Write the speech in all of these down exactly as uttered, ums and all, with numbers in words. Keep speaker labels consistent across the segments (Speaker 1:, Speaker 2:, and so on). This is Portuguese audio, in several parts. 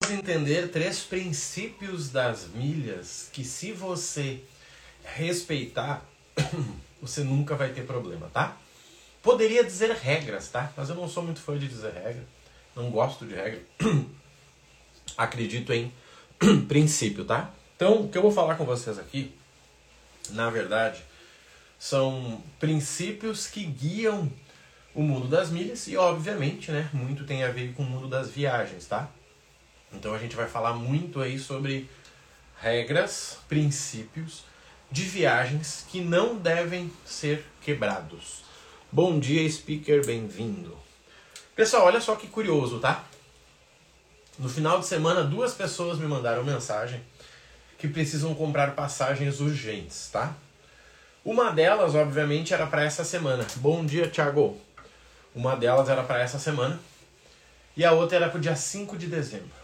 Speaker 1: Entender três princípios das milhas que, se você respeitar, você nunca vai ter problema, tá? Poderia dizer regras, tá? Mas eu não sou muito fã de dizer regra. Não gosto de regra. Acredito em princípio, tá? Então, o que eu vou falar com vocês aqui, na verdade, são princípios que guiam o mundo das milhas e, obviamente, né, muito tem a ver com o mundo das viagens, tá? Então a gente vai falar muito aí sobre regras, princípios de viagens que não devem ser quebrados. Bom dia, speaker, bem-vindo. Pessoal, olha só que curioso, tá? No final de semana, duas pessoas me mandaram mensagem que precisam comprar passagens urgentes, tá? Uma delas, obviamente, era para essa semana. Bom dia, Thiago. Uma delas era para essa semana e a outra era para o dia cinco de dezembro.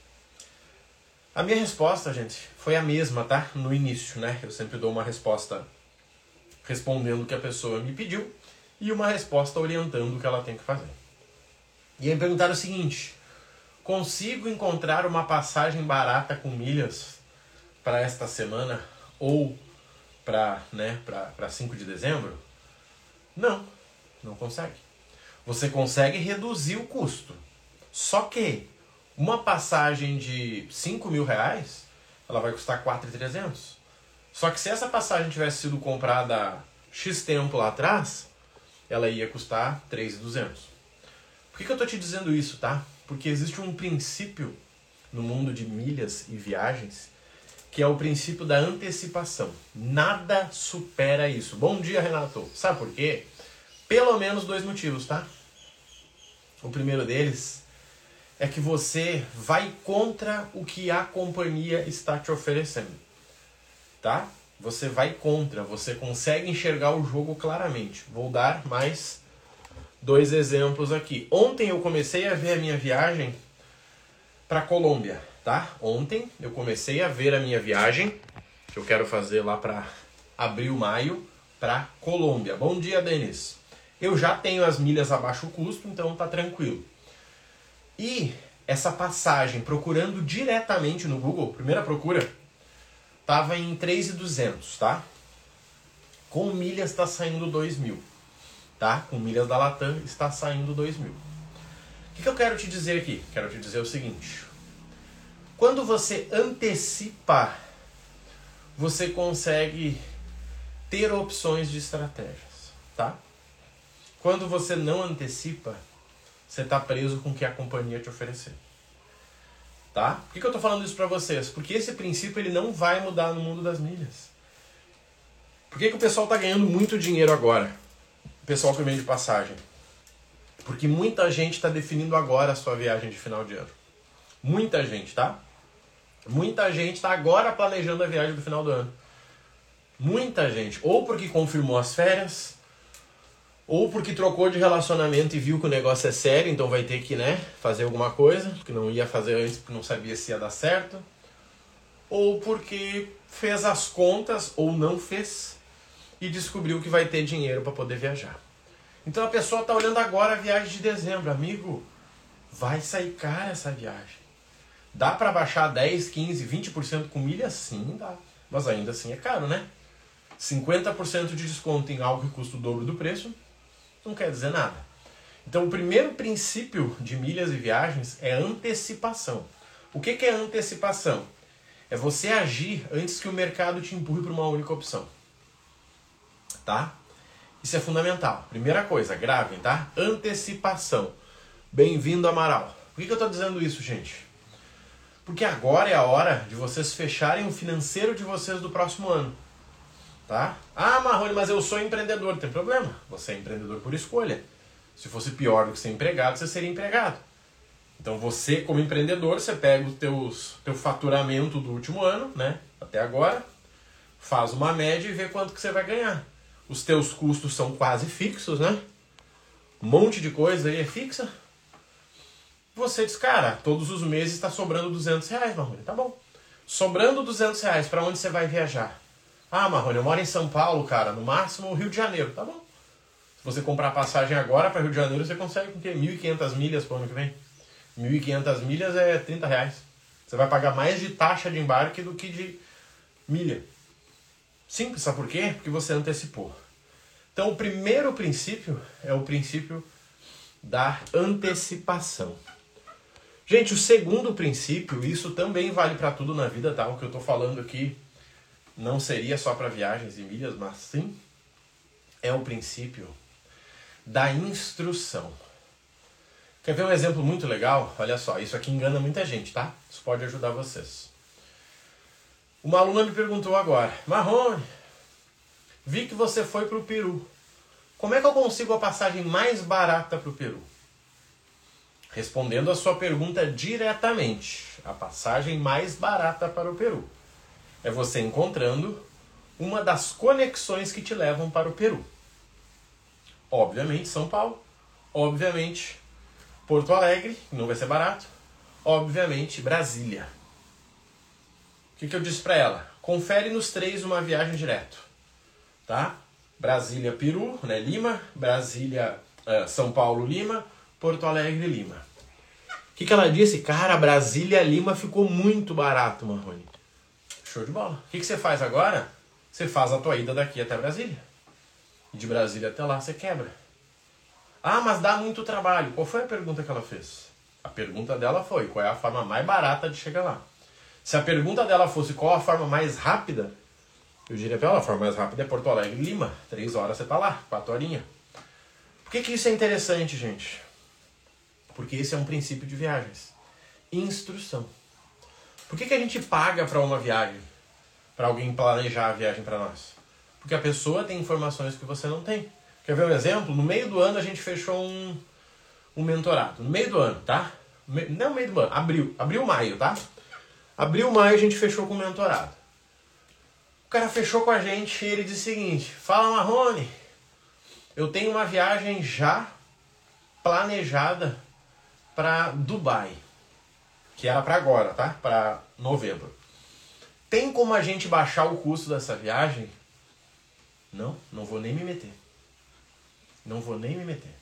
Speaker 1: A minha resposta, gente, foi a mesma, tá? No início, né? Eu sempre dou uma resposta respondendo o que a pessoa me pediu e uma resposta orientando o que ela tem que fazer. E aí me perguntaram o seguinte: consigo encontrar uma passagem barata com milhas para esta semana ou para, né, para cinco de dezembro? Não, não consegue. Você consegue reduzir o custo. Só que uma passagem de cinco mil reais, ela vai custar quatro mil e trezentos. Só que se essa passagem tivesse sido comprada X tempo lá atrás, ela ia custar três mil e duzentos. Por que que eu tô te dizendo isso, tá? Porque existe um princípio no mundo de milhas e viagens, que é o princípio da antecipação. Nada supera isso. Bom dia, Renato. Sabe por quê? Pelo menos dois motivos, tá? O primeiro deles é que você vai contra o que a companhia está te oferecendo, tá? Você vai contra, você consegue enxergar o jogo claramente. Vou dar mais dois exemplos aqui. Ontem eu comecei a ver a minha viagem para Colômbia, tá? Ontem eu comecei a ver a minha viagem que eu quero fazer lá para abril, maio, para Colômbia. Bom dia, Denis. Eu já tenho as milhas a baixo custo, então tá tranquilo. E essa passagem, procurando diretamente no Google, primeira procura, tava em três mil e duzentos, tá? Com milhas está saindo dois mil, tá? Com milhas da Latam está saindo dois mil. O que que eu quero te dizer aqui? Quero te dizer o seguinte: quando você antecipa, você consegue ter opções de estratégias, tá? Quando você não antecipa, você está preso com o que a companhia te oferecer, tá? Por que que eu estou falando isso para vocês? Porque esse princípio ele não vai mudar no mundo das milhas. Por que que o pessoal está ganhando muito dinheiro agora? O pessoal que vende passagem. Porque muita gente está definindo agora a sua viagem de final de ano. Muita gente, tá? Muita gente está agora planejando a viagem do final do ano. Muita gente. Ou porque confirmou as férias, ou porque trocou de relacionamento e viu que o negócio é sério, então vai ter que, né, fazer alguma coisa, que não ia fazer antes porque não sabia se ia dar certo. Ou porque fez as contas, ou não fez, e descobriu que vai ter dinheiro para poder viajar. Então a pessoa está olhando agora a viagem de dezembro. Amigo, vai sair cara essa viagem. Dá para baixar dez, quinze, vinte por cento com milha? Sim, dá. Mas ainda assim é caro, né? cinquenta por cento de desconto em algo que custa o dobro do preço não quer dizer nada. Então o primeiro princípio de milhas e viagens é antecipação. O que que é antecipação? É você agir antes que o mercado te empurre para uma única opção. Tá? Isso é fundamental. Primeira coisa, gravem, tá? Antecipação. Bem-vindo, Amaral. Por que que eu estou dizendo isso, gente? Porque agora é a hora de vocês fecharem o financeiro de vocês do próximo ano. Tá? Ah, Marrone, mas eu sou empreendedor. Não tem problema. Você é empreendedor por escolha. Se fosse pior do que ser empregado, você seria empregado. Então você, como empreendedor, você pega o teus, teu faturamento do último ano, né? Até agora, faz uma média e vê quanto que você vai ganhar. Os teus custos são quase fixos, né? Um monte de coisa aí é fixa. Você diz, cara, todos os meses está sobrando duzentos reais, Marrone. Tá bom. Sobrando duzentos reais, para onde você vai viajar? Ah, Marrone, eu moro em São Paulo, cara, no máximo Rio de Janeiro. Tá bom. Se você comprar passagem agora para Rio de Janeiro, você consegue com o quê? mil e quinhentas milhas para o ano que vem. mil e quinhentas milhas é trinta reais. Você vai pagar mais de taxa de embarque do que de milha. Simples, sabe por quê? Porque você antecipou. Então, o primeiro princípio é o princípio da antecipação. Gente, o segundo princípio, isso também vale para tudo na vida, tá? O que eu estou falando aqui não seria só para viagens e milhas, mas sim é o princípio da instrução. Quer ver um exemplo muito legal? Olha só, isso aqui engana muita gente, tá? Isso pode ajudar vocês. Uma aluna me perguntou agora, Marrone, vi que você foi para o Peru. Como é que eu consigo a passagem mais barata para o Peru? Respondendo a sua pergunta diretamente, a passagem mais barata para o Peru é você encontrando uma das conexões que te levam para o Peru. Obviamente São Paulo, obviamente Porto Alegre, que não vai ser barato, obviamente Brasília. O que, que eu disse para ela? Confere nos três uma viagem direto, tá? Brasília, Peru, né, Lima, Brasília, uh, São Paulo, Lima, Porto Alegre, Lima. O que, que ela disse? Cara, Brasília, Lima ficou muito barato, Marrone. Show de bola. O que, que você faz agora? Você faz a tua ida daqui até Brasília. E de Brasília até lá você quebra. Ah, mas dá muito trabalho. Qual foi a pergunta que ela fez? A pergunta dela foi, qual é a forma mais barata de chegar lá? Se a pergunta dela fosse qual a forma mais rápida, eu diria para ela, a forma mais rápida é Porto Alegre, Lima. Três horas você tá lá, quatro horinhas. Por que, que isso é interessante, gente? Porque esse é um princípio de viagens. Instrução. Por que, que a gente paga para uma viagem? Para alguém planejar a viagem para nós? Porque a pessoa tem informações que você não tem. Quer ver um exemplo? No meio do ano a gente fechou um, um mentorado. No meio do ano, tá? Não no meio do ano, abril. Abril, maio, tá? Abril, maio a gente fechou com o mentorado. O cara fechou com a gente e ele disse o seguinte, fala Marrone, eu tenho uma viagem já planejada para Dubai, que era para agora, tá? Para novembro. Tem como a gente baixar o custo dessa viagem? Não, não vou nem me meter. Não vou nem me meter.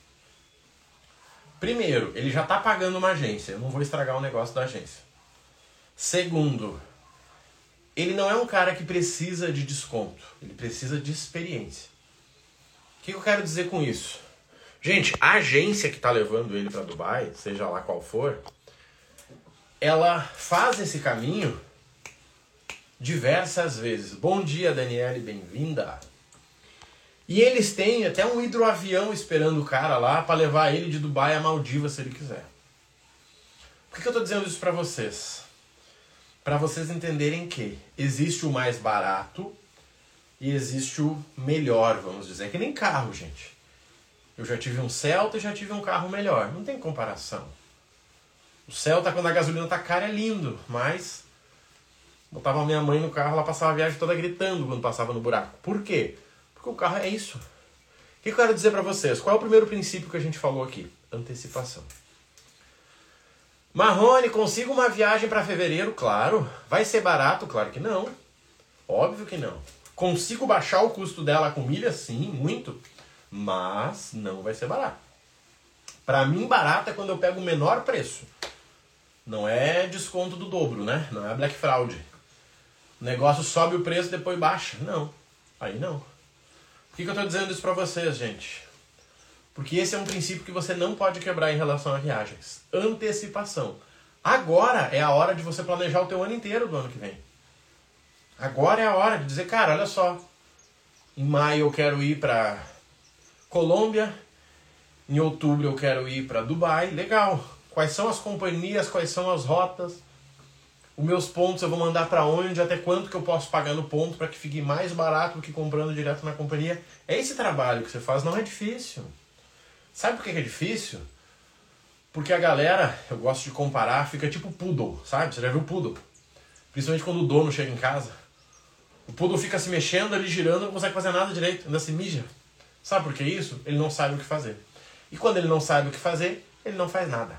Speaker 1: Primeiro, ele já está pagando uma agência, eu não vou estragar o negócio da agência. Segundo, ele não é um cara que precisa de desconto, ele precisa de experiência. O que eu quero dizer com isso? Gente, a agência que está levando ele para Dubai, seja lá qual for, ela faz esse caminho diversas vezes. Bom dia, Daniele, bem-vinda. E eles têm até um hidroavião esperando o cara lá para levar ele de Dubai a Maldivas, se ele quiser. Por que eu estou dizendo isso para vocês? Para vocês entenderem que existe o mais barato e existe o melhor, vamos dizer. É que nem carro, gente. Eu já tive um Celta e já tive um carro melhor. Não tem comparação. O Celta, quando a gasolina tá cara, é lindo, mas botava a minha mãe no carro, ela passava a viagem toda gritando quando passava no buraco. Por quê? Porque o carro é isso. O que eu quero dizer para vocês? Qual é o primeiro princípio que a gente falou aqui? Antecipação. Marrone, consigo uma viagem para fevereiro? Claro. Vai ser barato? Claro que não. Óbvio que não. Consigo baixar o custo dela com milhas? Sim, muito. Mas não vai ser barato. Para mim, barato é quando eu pego o menor preço. Não é desconto do dobro, né? Não é Black Fraud. O negócio sobe o preço e depois baixa. Não. Aí não. Por que, que eu estou dizendo isso para vocês, gente? Porque esse é um princípio que você não pode quebrar em relação a viagens. Antecipação. Agora é a hora de você planejar o teu ano inteiro do ano que vem. Agora é a hora de dizer, cara, olha só. Em maio eu quero ir para Colômbia. Em outubro eu quero ir para Dubai. Legal. Quais são as companhias, quais são as rotas? Os meus pontos eu vou mandar para onde, até quanto que eu posso pagar no ponto para que fique mais barato do que comprando direto na companhia. É esse trabalho que você faz, não é difícil. Sabe por que é difícil? Porque a galera, eu gosto de comparar, fica tipo poodle, sabe? Você já viu poodle? Principalmente quando o dono chega em casa. O poodle fica se mexendo ali, girando, não consegue fazer nada direito, ainda se mija. Sabe por que isso? Ele não sabe o que fazer. E quando ele não sabe o que fazer, ele não faz nada.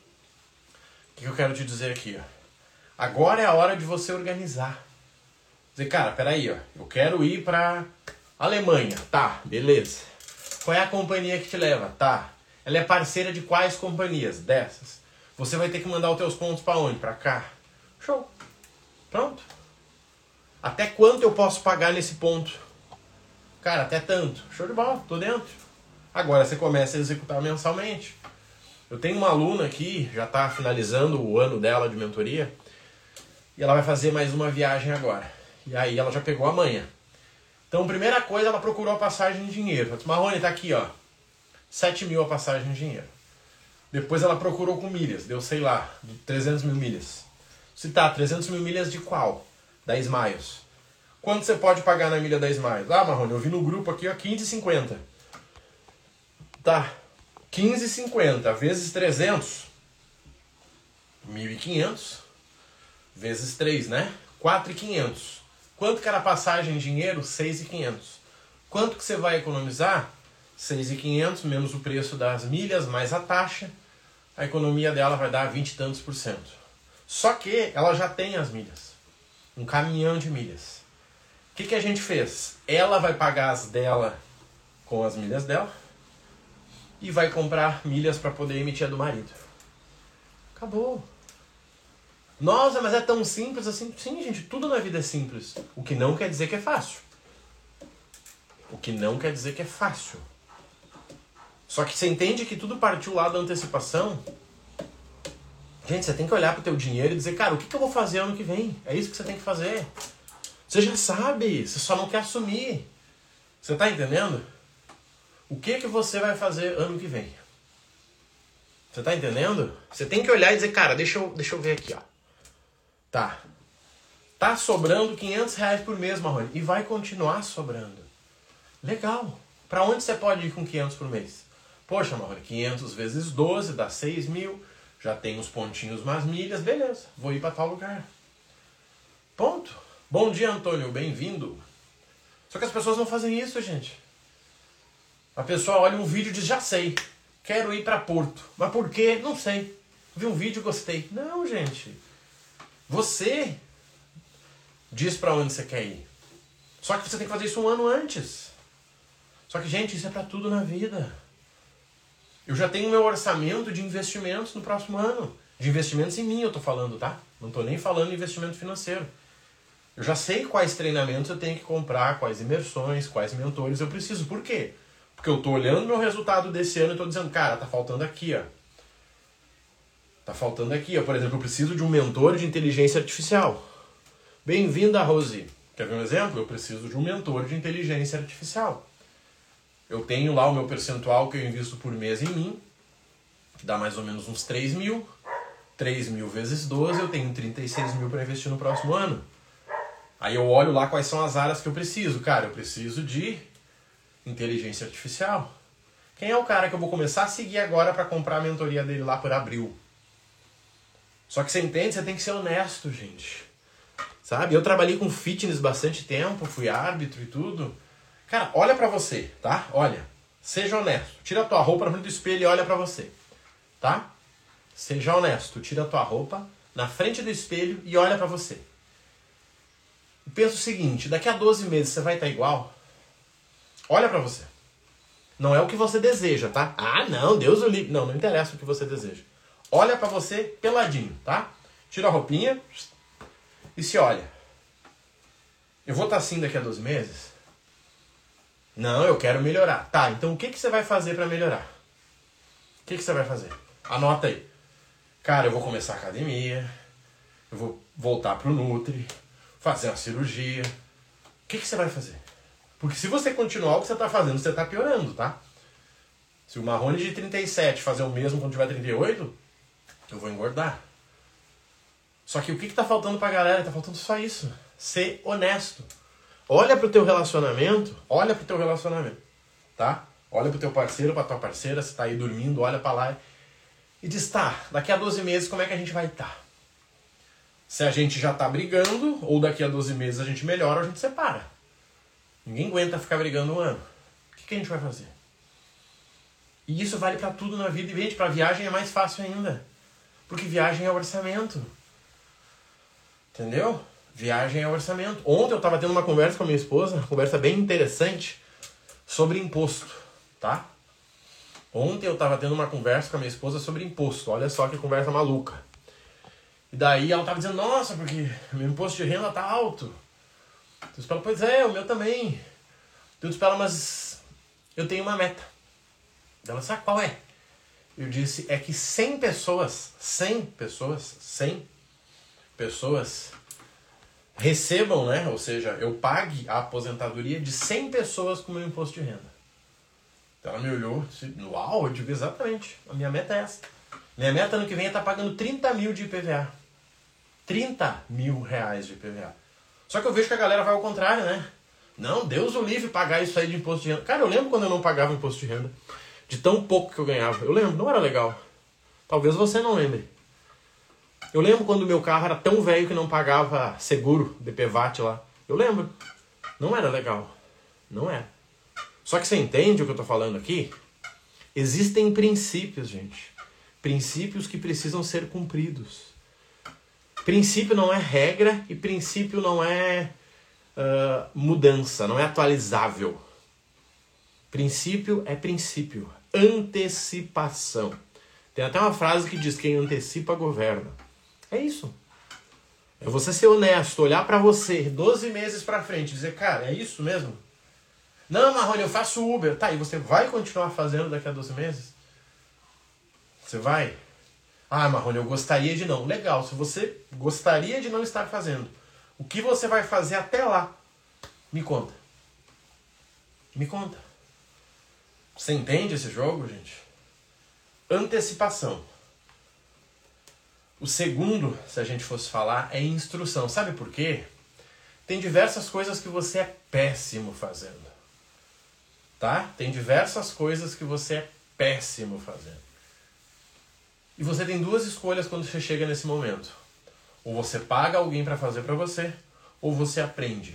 Speaker 1: O que eu quero te dizer aqui? Ó? Agora é a hora de você organizar. Dizer, cara, peraí, ó, eu quero ir pra Alemanha. Tá, beleza. Qual é a companhia que te leva? Tá. Ela é parceira de quais companhias? Dessas. Você vai ter que mandar os teus pontos para onde? Para cá. Show. Pronto. Até quanto eu posso pagar nesse ponto? Cara, até tanto. Show de bola, tô dentro. Agora você começa a executar mensalmente. Eu tenho uma aluna aqui, já está finalizando o ano dela de mentoria, e ela vai fazer mais uma viagem agora. E aí ela já pegou a manha. Então, primeira coisa, ela procurou a passagem em dinheiro. Ela disse, Marrone, tá aqui, ó. sete mil a passagem em dinheiro. Depois ela procurou com milhas. Deu, sei lá, trezentas mil milhas. Se tá, trezentas mil milhas de qual? Da Smiles. Quanto você pode pagar na milha da Smiles? Ah, Marrone, eu vi no grupo aqui, ó, quinze e cinquenta. Tá. quinze e cinquenta vezes trezentos. mil e quinhentos. Vezes três, né? quatro mil e quinhentos. Quanto que era a passagem em dinheiro? seis mil e quinhentos. Quanto que você vai economizar? seis mil e quinhentos menos o preço das milhas, mais a taxa. A economia dela vai dar vinte e tantos por cento. Só que ela já tem as milhas. Um caminhão de milhas. O que, que a gente fez? Ela vai pagar as dela com as milhas dela e vai comprar milhas para poder emitir a do marido. Acabou. Nossa, mas é tão simples assim? Sim, gente, tudo na vida é simples. O que não quer dizer que é fácil. O que não quer dizer que é fácil. Só que você entende que tudo partiu lá da antecipação. Gente, você tem que olhar pro teu dinheiro e dizer, cara, o que, que eu vou fazer ano que vem? É isso que você tem que fazer. Você já sabe, você só não quer assumir. Você tá entendendo? O que que você vai fazer ano que vem? Você tá entendendo? Você tem que olhar e dizer, cara, deixa eu, deixa eu ver aqui, ó. Tá. Tá sobrando quinhentos reais por mês, Marrone. E vai continuar sobrando. Legal. Pra onde você pode ir com quinhentos por mês? Poxa, Marrone, quinhentos vezes doze dá seis mil. Já tem uns pontinhos, umas milhas. Beleza, vou ir pra tal lugar. Ponto. Bom dia, Antônio. Bem-vindo. Só que as pessoas não fazem isso, gente. A pessoa olha um vídeo e diz, já sei. Quero ir pra Porto. Mas por quê? Não sei. Vi um vídeo e gostei. Não, gente. Você diz pra onde você quer ir. Só que você tem que fazer isso um ano antes. Só que, gente, isso é pra tudo na vida. Eu já tenho meu orçamento de investimentos no próximo ano. De investimentos em mim eu tô falando, tá? Não tô nem falando em investimento financeiro. Eu já sei quais treinamentos eu tenho que comprar, quais imersões, quais mentores eu preciso. Por quê? Porque eu tô olhando meu resultado desse ano e tô dizendo, cara, tá faltando aqui, ó. Tá faltando aqui, ó. Por exemplo, eu preciso de um mentor de inteligência artificial. Bem-vinda, Rose. Quer ver um exemplo? Eu preciso de um mentor de inteligência artificial. Eu tenho lá o meu percentual que eu invisto por mês em mim, que dá mais ou menos uns três mil. três mil vezes doze, eu tenho trinta e seis mil para investir no próximo ano. Aí eu olho lá quais são as áreas que eu preciso. Cara, eu preciso de inteligência artificial. Quem é o cara que eu vou começar a seguir agora para comprar a mentoria dele lá por abril? Só que você entende, você tem que ser honesto, gente. Sabe? Eu trabalhei com fitness bastante tempo, fui árbitro e tudo. Cara, olha pra você, tá? Olha. Seja honesto. Tira a tua roupa na frente do espelho e olha pra você. Tá? Seja honesto. Tira a tua roupa na frente do espelho e olha pra você. E pensa o seguinte, daqui a doze meses você vai estar igual? Olha pra você. Não é o que você deseja, tá? Ah, não, Deus o livre. Não, não interessa o que você deseja. Olha pra você peladinho, tá? Tira a roupinha e se olha. Eu vou estar assim daqui a doze meses? Não, eu quero melhorar. Tá, então o que, que você vai fazer pra melhorar? O que, que você vai fazer? Anota aí. Cara, eu vou começar a academia. Eu vou voltar pro Nutri. Fazer uma cirurgia. O que, que você vai fazer? Porque se você continuar o que você está fazendo, você está piorando, tá? Se o Marrone de trinta e sete fazer o mesmo quando tiver trinta e oito, eu vou engordar. Só que o que está faltando pra galera? Está faltando só isso. Ser honesto. Olha pro teu relacionamento, olha pro teu relacionamento, tá? Olha pro teu parceiro, pra tua parceira, se tá aí dormindo, olha pra lá e diz, tá, daqui a doze meses como é que a gente vai estar? Se a gente já tá brigando, ou daqui a doze meses a gente melhora, a gente separa. Ninguém aguenta ficar brigando um ano. O que, que a gente vai fazer? E isso vale pra tudo na vida. E, gente, pra viagem é mais fácil ainda. Porque viagem é orçamento. Entendeu? Viagem é orçamento. Ontem eu tava tendo uma conversa com a minha esposa, uma conversa bem interessante, sobre imposto, tá? Ontem eu tava tendo uma conversa com a minha esposa sobre imposto. Olha só que conversa maluca. E daí ela tava dizendo, nossa, porque meu imposto de renda tá alto. Eu disse pra ela, pois é, o meu também. Eu disse pra ela, mas eu tenho uma meta. Ela disse, ah, qual é? Eu disse, é que cem pessoas, cem pessoas, cem pessoas recebam, né? Ou seja, eu pague a aposentadoria de cem pessoas com o meu imposto de renda. Então ela me olhou, disse, uau, eu digo exatamente, a minha meta é essa. Minha meta ano que vem é estar pagando trinta mil de I P V A. trinta mil reais de I P V A. Só que eu vejo que a galera vai ao contrário, né? Não, Deus o livre pagar isso aí de imposto de renda. Cara, eu lembro quando eu não pagava imposto de renda. De tão pouco que eu ganhava. Eu lembro, não era legal. Talvez você não lembre. Eu lembro quando o meu carro era tão velho que não pagava seguro, D P V A T lá. Eu lembro. Não era legal. Não era. Só que você entende o que eu tô falando aqui? Existem princípios, gente. Princípios que precisam ser cumpridos. Princípio não é regra e princípio não é uh, mudança, não é atualizável. Princípio é princípio. Antecipação. Tem até uma frase que diz, quem antecipa governa. É isso. É você ser honesto, olhar pra você doze meses pra frente e dizer, cara, é isso mesmo? Não, Marrone, eu faço Uber. Tá, e você vai continuar fazendo daqui a doze meses? Você vai? Ah, Marrone, eu gostaria de não. Legal, se você gostaria de não estar fazendo, o que você vai fazer até lá? Me conta. Me conta. Você entende esse jogo, gente? Antecipação. O segundo, se a gente fosse falar, é instrução. Sabe por quê? Tem diversas coisas que você é péssimo fazendo. Tá? Tem diversas coisas que você é péssimo fazendo. E você tem duas escolhas quando você chega nesse momento. Ou você paga alguém para fazer para você, ou você aprende.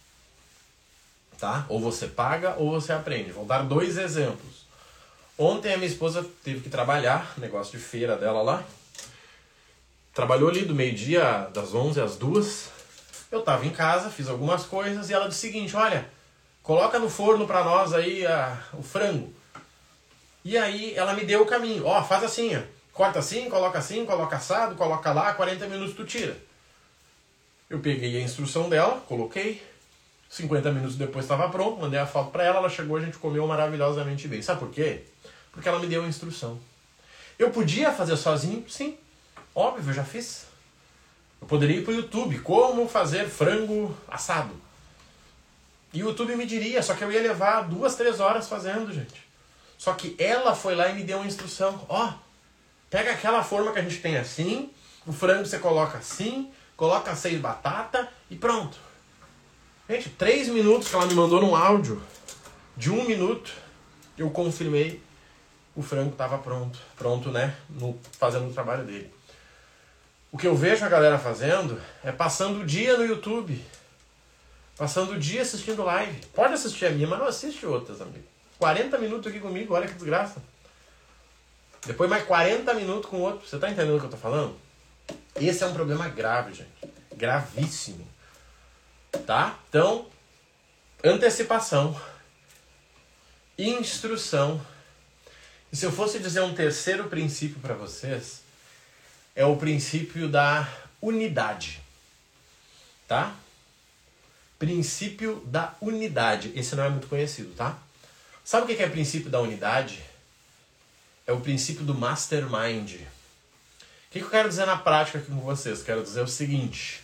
Speaker 1: Tá? Ou você paga, ou você aprende. Vou dar dois exemplos. Ontem a minha esposa teve que trabalhar, negócio de feira dela lá. Trabalhou ali do meio-dia, das onze às duas. Eu tava em casa, fiz algumas coisas e ela disse o seguinte, olha, coloca no forno para nós aí a, o frango. E aí ela me deu o caminho. Ó, faz assim, ó. Corta assim, coloca assim, coloca assado, coloca lá, quarenta minutos tu tira. Eu peguei a instrução dela, coloquei. cinquenta minutos depois estava pronto, mandei a foto para ela, ela chegou, a gente comeu maravilhosamente bem. Sabe por quê? Porque ela me deu a instrução. Eu podia fazer sozinho? Sim. Óbvio, eu já fiz. Eu poderia ir pro YouTube, como fazer frango assado. E o YouTube me diria, só que eu ia levar duas, três horas fazendo, gente. Só que ela foi lá e me deu uma instrução. Ó, pega aquela forma que a gente tem assim, o frango você coloca assim, coloca seis batatas e pronto. Gente, três minutos que ela me mandou num áudio, de um minuto, eu confirmei, o frango estava pronto. Pronto, né? No, fazendo o trabalho dele. O que eu vejo a galera fazendo é passando o dia no YouTube. Passando o dia assistindo live. Pode assistir a minha, mas não assiste outras, amigo. quarenta minutos aqui comigo, olha que desgraça. Depois mais quarenta minutos com outro. Você tá entendendo o que eu tô falando? Esse é um problema grave, gente. Gravíssimo. Tá? Então, antecipação. Instrução. E se eu fosse dizer um terceiro princípio para vocês, é o princípio da unidade. Tá? Princípio da unidade. Esse não é muito conhecido, tá? Sabe o que é o princípio da unidade? É o princípio do mastermind. O que eu quero dizer na prática aqui com vocês? Quero dizer o seguinte.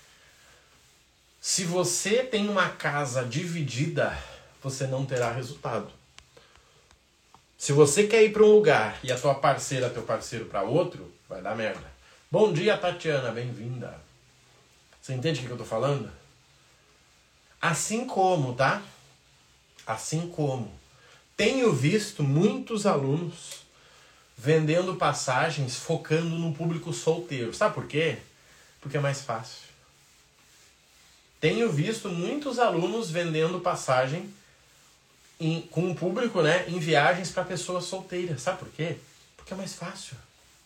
Speaker 1: Se você tem uma casa dividida, você não terá resultado. Se você quer ir para um lugar e a tua parceira, teu parceiro para outro, vai dar merda. Bom dia, Tatiana, bem-vinda. Você entende o que eu tô falando? Assim como, tá? Assim como tenho visto muitos alunos vendendo passagens focando no público solteiro. Sabe por quê? Porque é mais fácil. Tenho visto muitos alunos vendendo passagem em, com o público, né, em viagens para pessoas solteiras. Sabe por quê? Porque é mais fácil.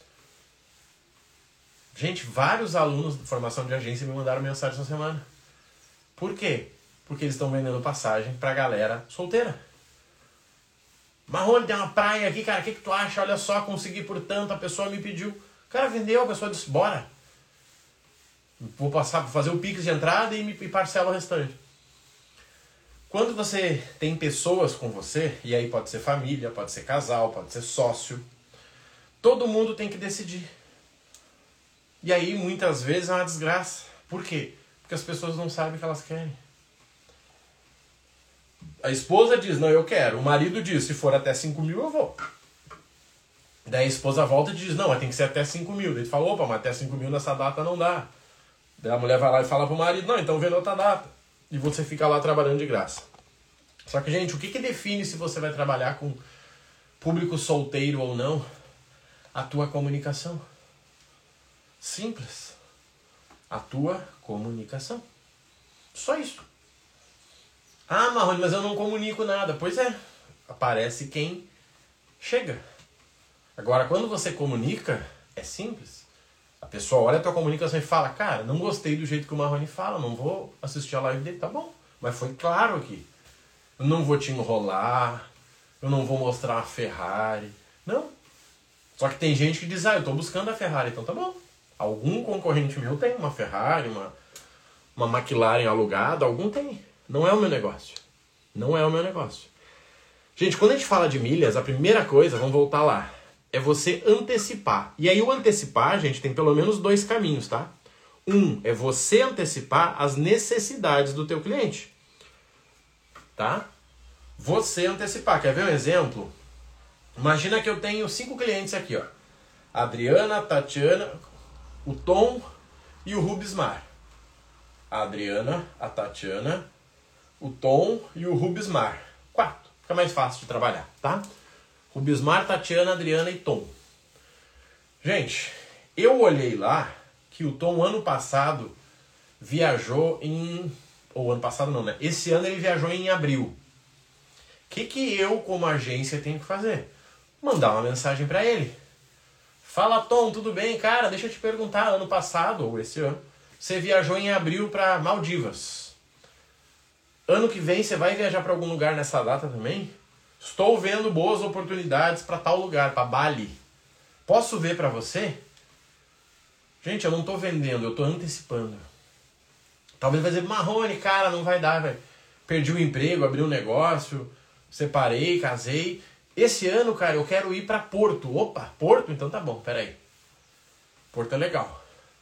Speaker 1: Gente, vários alunos de formação de agência me mandaram mensagem essa semana. Por quê? Porque eles estão vendendo passagem pra galera solteira. Marrone, tem uma praia aqui, cara, o que, que tu acha? Olha só, consegui por tanto, a pessoa me pediu. O cara vendeu, a pessoa disse, bora. Vou passar, fazer o Pix de entrada e me e parcelo o restante. Quando você tem pessoas com você, e aí pode ser família, pode ser casal, pode ser sócio, todo mundo tem que decidir. E aí muitas vezes é uma desgraça. Por quê? Porque as pessoas não sabem o que elas querem. A esposa diz, não, eu quero. O marido diz, se for até cinco mil eu vou. Daí a esposa volta e diz, não, mas tem que ser até cinco mil. Daí ele fala, opa, mas até cinco mil nessa data não dá. Daí a mulher vai lá e fala pro marido, não, então vê outra data. E você fica lá trabalhando de graça. Só que, gente, o que, que define se você vai trabalhar com público solteiro ou não? A tua comunicação. Simples. A tua comunicação. Só isso. Ah, Marrone, mas eu não comunico nada. Pois é, aparece quem chega. Agora, quando você comunica, é simples. A pessoa olha a tua comunicação e fala, cara, não gostei do jeito que o Marrone fala, não vou assistir a live dele. Tá bom, mas foi claro aqui. Eu não vou te enrolar, eu não vou mostrar a Ferrari. Não. Só que tem gente que diz, ah, eu tô buscando a Ferrari, então tá bom. Algum concorrente meu tem uma Ferrari, uma, uma McLaren alugada, algum tem. Não é o meu negócio. Não é o meu negócio. Gente, quando a gente fala de milhas, a primeira coisa, vamos voltar lá, é você antecipar. E aí o antecipar, gente, tem pelo menos dois caminhos, tá? Um, é você antecipar as necessidades do teu cliente. Tá? Você antecipar. Quer ver um exemplo? Imagina que eu tenho cinco clientes aqui, ó. A Adriana, a Tatiana, o Tom e o Rubismar. A Adriana, a Tatiana, o Tom e o Rubismar. Quatro. Fica mais fácil de trabalhar, tá? Rubismar, Tatiana, Adriana e Tom. Gente, eu olhei lá que o Tom ano passado viajou em... Ou ano passado não, né? Esse ano ele viajou em abril. O que, que eu, como agência, tenho que fazer? Mandar uma mensagem para ele. Fala, Tom, tudo bem? Cara, deixa eu te perguntar, ano passado, ou esse ano, você viajou em abril para Maldivas. Ano que vem você vai viajar para algum lugar nessa data também? Estou vendo boas oportunidades para tal lugar, para Bali. Posso ver para você? Gente, eu não estou vendendo, eu estou antecipando. Talvez vai dizer, Marrone, cara, não vai dar, velho. Perdi o emprego, abri um negócio, separei, casei. Esse ano, cara, eu quero ir para Porto. Opa, Porto? Então tá bom, peraí. Porto é legal.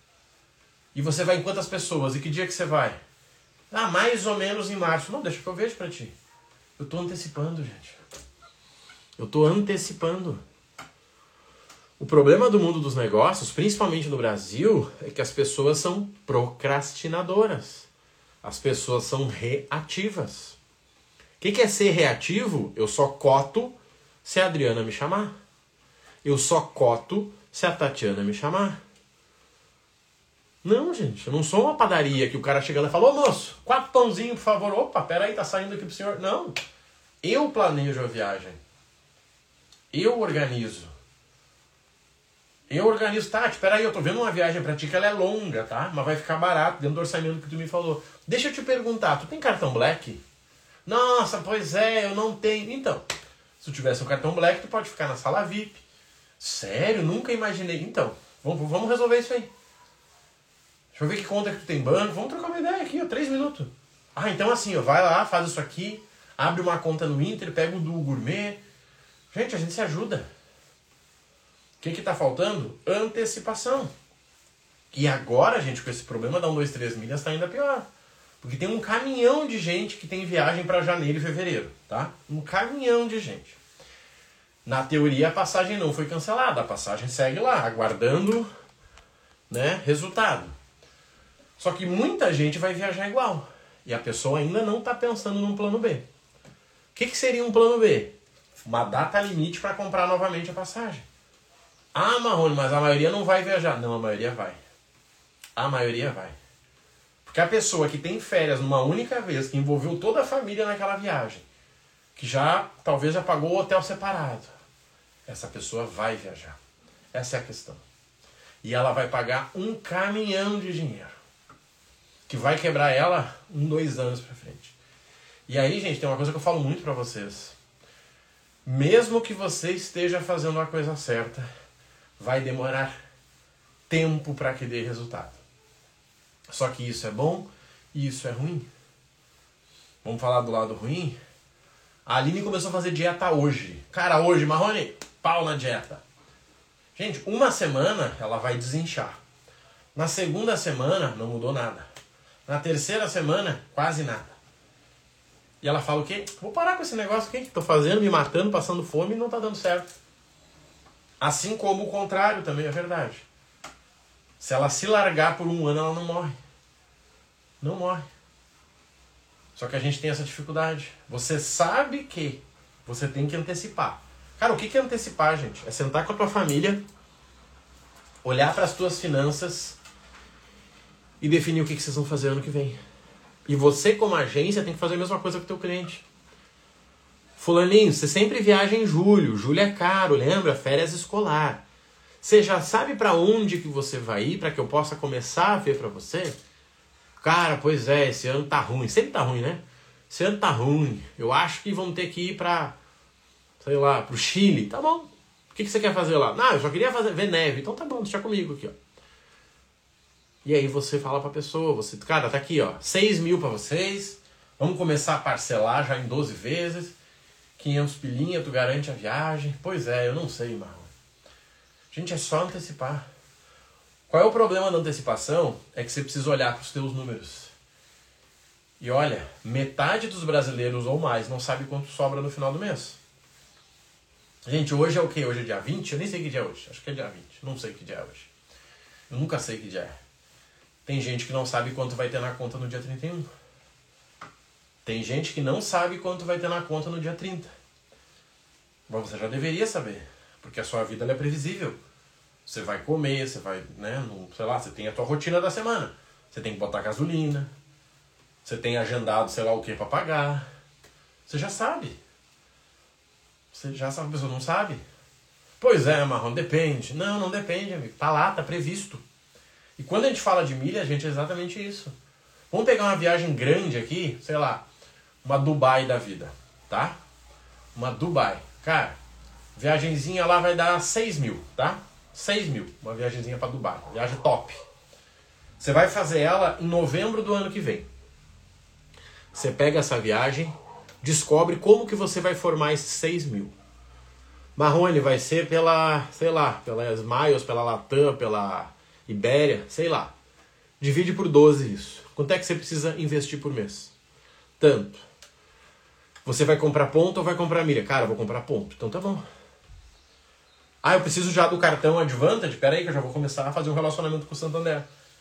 Speaker 1: E você vai em quantas pessoas? E que dia que você vai? Ah, mais ou menos em março. Não, deixa que eu vejo pra ti. Eu tô antecipando, gente. Eu tô antecipando. O problema do mundo dos negócios, principalmente no Brasil, é que as pessoas são procrastinadoras. As pessoas são reativas. O que, que é ser reativo? Eu só coto se a Adriana me chamar. Eu só coto se a Tatiana me chamar. Não, gente, eu não sou uma padaria que o cara chega lá e fala, ô moço, quatro pãozinhos, por favor. Opa, peraí, tá saindo aqui pro senhor. Não, eu planejo a viagem. Eu organizo. Eu organizo, Tati, peraí, eu tô vendo uma viagem pra ti que ela é longa, tá? Mas vai ficar barato dentro do orçamento que tu me falou. Deixa eu te perguntar, tu tem cartão Black? Nossa, pois é, eu não tenho. Então, se tu tivesse um cartão Black, tu pode ficar na sala V I P. Sério? Nunca imaginei. Então, vamos, vamos resolver isso aí. Deixa eu ver que conta que tu tem banco. Vamos trocar uma ideia aqui, ó, três minutos. Ah, então assim, ó, vai lá, faz isso aqui, abre uma conta no Inter, pega o do Gourmet. Gente, a gente se ajuda. O que que tá faltando? Antecipação. E agora, gente, com esse problema da um, dois, três milhas, tá ainda pior. Porque tem um caminhão de gente que tem viagem para janeiro e fevereiro, tá? Um caminhão de gente. Na teoria, a passagem não foi cancelada. A passagem segue lá, aguardando, né, resultado. Só que muita gente vai viajar igual. E a pessoa ainda não está pensando num plano B. O que, que seria um plano B? Uma data limite para comprar novamente a passagem. Ah, Marrone, mas a maioria não vai viajar. Não, a maioria vai. A maioria vai. Porque a pessoa que tem férias numa única vez, que envolveu toda a família naquela viagem, que já, talvez já pagou o hotel separado, essa pessoa vai viajar. Essa é a questão. E ela vai pagar um caminhão de dinheiro, que vai quebrar ela um, dois anos pra frente. E aí, gente, tem uma coisa que eu falo muito pra vocês. Mesmo que você esteja fazendo a coisa certa, vai demorar tempo para que dê resultado. Só que isso é bom e isso é ruim. Vamos falar do lado ruim? A Aline começou a fazer dieta hoje. Cara, hoje, Marrone, pau na dieta. Gente, uma semana ela vai desinchar. Na segunda semana não mudou nada. Na terceira semana, quase nada. E ela fala o quê? Vou parar com esse negócio aqui que tô fazendo, me matando, passando fome e não tá dando certo. Assim como o contrário também é verdade. Se ela se largar por um ano, ela não morre. Não morre. Só que a gente tem essa dificuldade. Você sabe que você tem que antecipar. Cara, o que é antecipar, gente? É sentar com a tua família, olhar para as tuas finanças e definir o que vocês vão fazer ano que vem. E você, como agência, tem que fazer a mesma coisa com o teu cliente. Fulaninho, você sempre viaja em julho. Julho é caro, lembra? Férias escolar. Você já sabe para onde que você vai ir para que eu possa começar a ver para você? Cara, pois é, esse ano tá ruim. Sempre tá ruim, né? Esse ano tá ruim. Eu acho que vamos ter que ir para, sei lá, pro Chile. Tá bom. O que, que você quer fazer lá? Não, eu só queria fazer, ver neve. Então tá bom, deixa comigo aqui, ó. E aí você fala pra pessoa, você, cara, tá aqui, ó, seis mil pra vocês, vamos começar a parcelar já em doze vezes, quinhentos pilinha, tu garante a viagem. Pois é, eu não sei, Marlon. Gente, é só antecipar. Qual é o problema da antecipação? É que você precisa olhar pros teus números. E olha, metade dos brasileiros ou mais não sabe quanto sobra no final do mês. Gente, hoje é o quê? Hoje é dia vinte? Eu nem sei que dia é hoje. Acho que é dia vinte. Não sei que dia é hoje. Eu nunca sei que dia é. Tem gente que não sabe quanto vai ter na conta no dia trinta e um. Tem gente que não sabe quanto vai ter na conta no dia trinta. Mas você já deveria saber. Porque a sua vida ela é previsível. Você vai comer, você vai, né, no, sei lá, você tem a tua rotina da semana. Você tem que botar gasolina. Você tem agendado sei lá o que para pagar. Você já sabe. Você já sabe, a pessoa não sabe. Pois é, Marrom, depende. Não, não depende, amigo. Tá lá, tá previsto. E quando a gente fala de milha, gente, é exatamente isso. Vamos pegar uma viagem grande aqui, sei lá, uma Dubai da vida, tá? Uma Dubai. Cara, viagenzinha lá vai dar seis mil, tá? seis mil, uma viagenzinha pra Dubai. Viagem top. Você vai fazer ela em novembro do ano que vem. Você pega essa viagem, descobre como que você vai formar esses seis mil. Marrone vai ser pela, sei lá, pela Smiles, pela Latam, pela Ibéria, sei lá. Divide por doze isso. Quanto é que você precisa investir por mês? Tanto. Você vai comprar ponto ou vai comprar milha? Cara, eu vou comprar ponto. Então tá bom. Ah, eu preciso já do cartão Advantage? Pera aí que eu já vou começar a fazer um relacionamento com o Santander.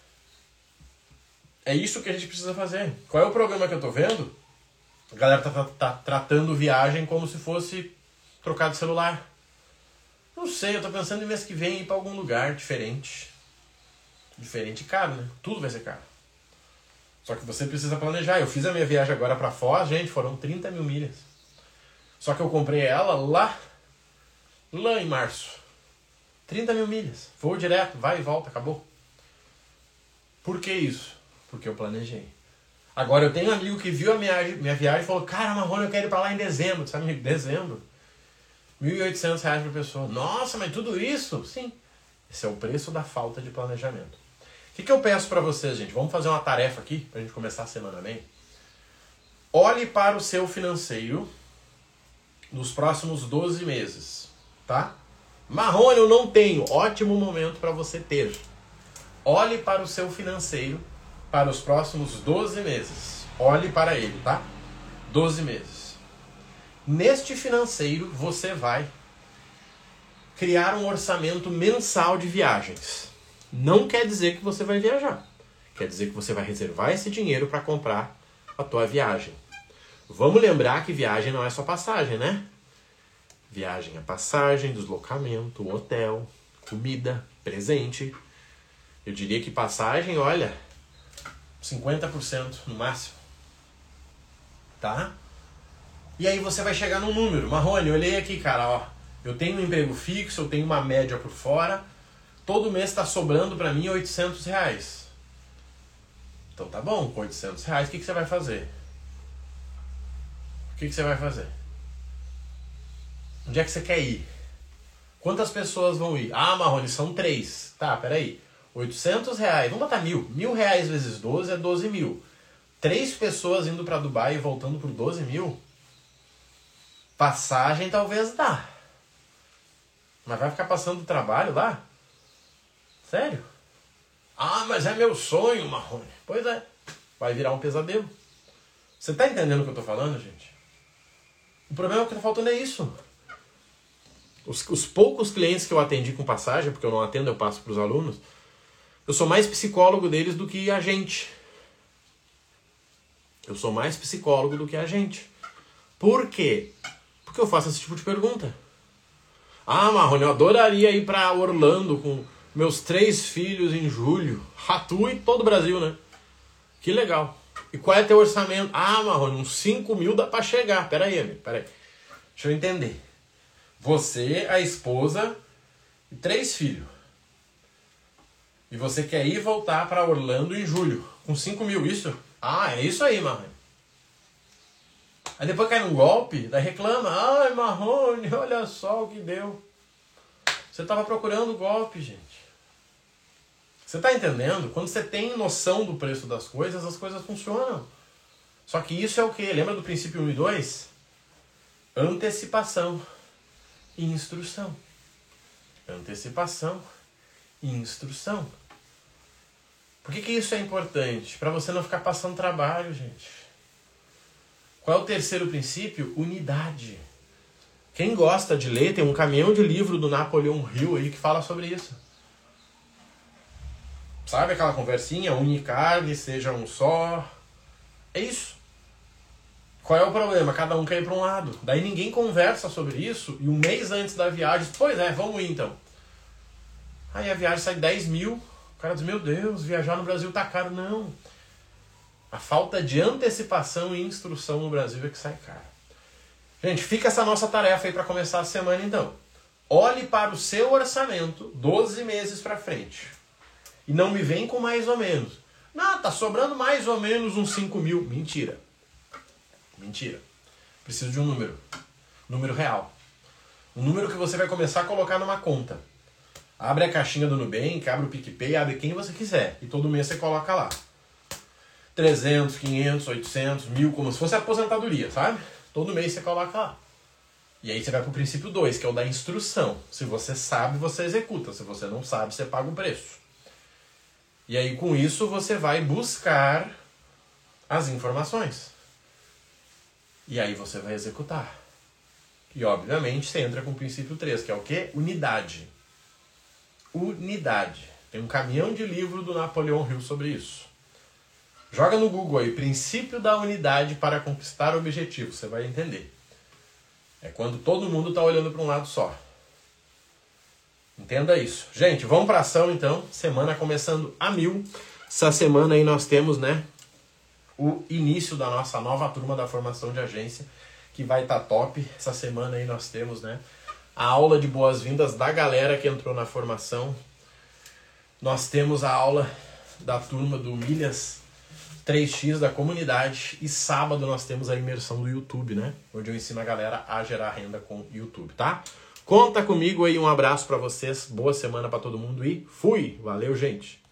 Speaker 1: É isso que a gente precisa fazer. Qual é o problema que eu tô vendo? A galera tá, tá, tá tratando viagem como se fosse trocar de celular. Não sei, eu tô pensando em mês que vem ir pra algum lugar diferente. Diferente e caro, né? Tudo vai ser caro. Só que você precisa planejar. Eu fiz a minha viagem agora pra Foz, gente, foram trinta mil milhas. Só que eu comprei ela lá, lá em março. trinta mil milhas. Voo direto, vai e volta, acabou. Por que isso? Porque eu planejei. Agora eu tenho um amigo que viu a minha, minha viagem e falou, cara, Marrone, eu quero ir pra lá em dezembro. Sabe, amigo? Dezembro. mil e oitocentos reais por pessoa. Nossa, mas tudo isso? Sim. Esse é o preço da falta de planejamento. O que, que eu peço para vocês, gente? Vamos fazer uma tarefa aqui, para a gente começar a semana bem. Olhe para o seu financeiro nos próximos doze meses, tá? Marrone, eu não tenho. Ótimo momento para você ter. Olhe para o seu financeiro para os próximos doze meses. Olhe para ele, tá? doze meses. Neste financeiro, você vai criar um orçamento mensal de viagens. Não quer dizer que você vai viajar. Quer dizer que você vai reservar esse dinheiro para comprar a tua viagem. Vamos lembrar que viagem não é só passagem, né? Viagem é passagem, deslocamento, hotel, comida, presente. Eu diria que passagem, olha, cinquenta por cento no máximo. Tá? E aí você vai chegar num número. Marrone, eu olhei aqui, cara, ó. Eu tenho um emprego fixo, eu tenho uma média por fora. Todo mês está sobrando para mim oitocentos reais. Então tá bom, com oitocentos reais, o que, que você vai fazer? O que, que você vai fazer? Onde é que você quer ir? Quantas pessoas vão ir? Ah, Marrone, são três. Tá, peraí. oitocentos reais, vamos botar mil. Mil reais vezes doze é doze mil. Três pessoas indo para Dubai e voltando por doze mil. Passagem talvez dá. Mas vai ficar passando trabalho lá? Sério? Ah, mas é meu sonho, Marrone. Pois é. Vai virar um pesadelo. Você tá entendendo o que eu tô falando, gente? O problema é que tá faltando é isso. Os, os poucos clientes que eu atendi com passagem, porque eu não atendo, eu passo pros alunos, eu sou mais psicólogo deles do que agente. Eu sou mais psicólogo do que agente. Por quê? Porque eu faço esse tipo de pergunta. Ah, Marrone, eu adoraria ir para Orlando com meus três filhos em julho. Ratu e todo o Brasil, né? Que legal. E qual é teu orçamento? Ah, Marrone, uns cinco mil dá para chegar. Pera aí, amigo, pera aí. Deixa eu entender. Você, a esposa e três filhos. E você quer ir voltar para Orlando em julho com cinco mil, isso? Ah, é isso aí, Marrone. Aí depois cai num golpe, daí reclama. Ai, Marrone, olha só o que deu. Você estava procurando golpe, gente. Você está entendendo? Quando você tem noção do preço das coisas, as coisas funcionam. Só que isso é o quê? Lembra do princípio um e dois? Antecipação e instrução. Antecipação e instrução. Por que que isso é importante? Para você não ficar passando trabalho, gente. Qual é o terceiro princípio? Unidade. Quem gosta de ler, tem um caminhão de livro do Napoleon Hill aí que fala sobre isso. Sabe aquela conversinha? Unicarne, seja um só. É isso. Qual é o problema? Cada um quer ir para um lado. Daí ninguém conversa sobre isso e um mês antes da viagem, pois é, vamos ir então. Aí a viagem sai dez mil. O cara diz, meu Deus, viajar no Brasil tá caro. Não. A falta de antecipação e instrução no Brasil é que sai caro. Gente, fica essa nossa tarefa aí para começar a semana então. Olhe para o seu orçamento doze meses para frente. E não me vem com mais ou menos. Não, tá sobrando mais ou menos uns cinco mil. Mentira. Mentira. Preciso de um número. Número real. Um número que você vai começar a colocar numa conta. Abre a caixinha do Nubank, abre o PicPay, abre quem você quiser. E todo mês você coloca lá. trezentos, quinhentos, oitocentos, mil, como se fosse aposentadoria, sabe? Todo mês você coloca lá. E aí você vai pro princípio dois, que é o da instrução. Se você sabe, você executa. Se você não sabe, você paga o preço. E aí com isso você vai buscar as informações. E aí você vai executar. E obviamente você entra com o princípio três, que é o quê? Unidade. Unidade. Tem um caminhão de livro do Napoleon Hill sobre isso. Joga no Google aí, princípio da unidade para conquistar objetivos. Você vai entender. É quando todo mundo está olhando para um lado só. Entenda isso. Gente, vamos para ação então. Semana começando a mil. Essa semana aí nós temos, né, o início da nossa nova turma da formação de agência, que vai estar tá top. Essa semana aí nós temos, né, a aula de boas-vindas da galera que entrou na formação. Nós temos a aula da turma do Milhas três x da comunidade. E sábado nós temos a imersão do YouTube, né? Onde eu ensino a galera a gerar renda com YouTube, tá? Conta comigo aí, um abraço pra vocês. Boa semana pra todo mundo e fui! Valeu, gente!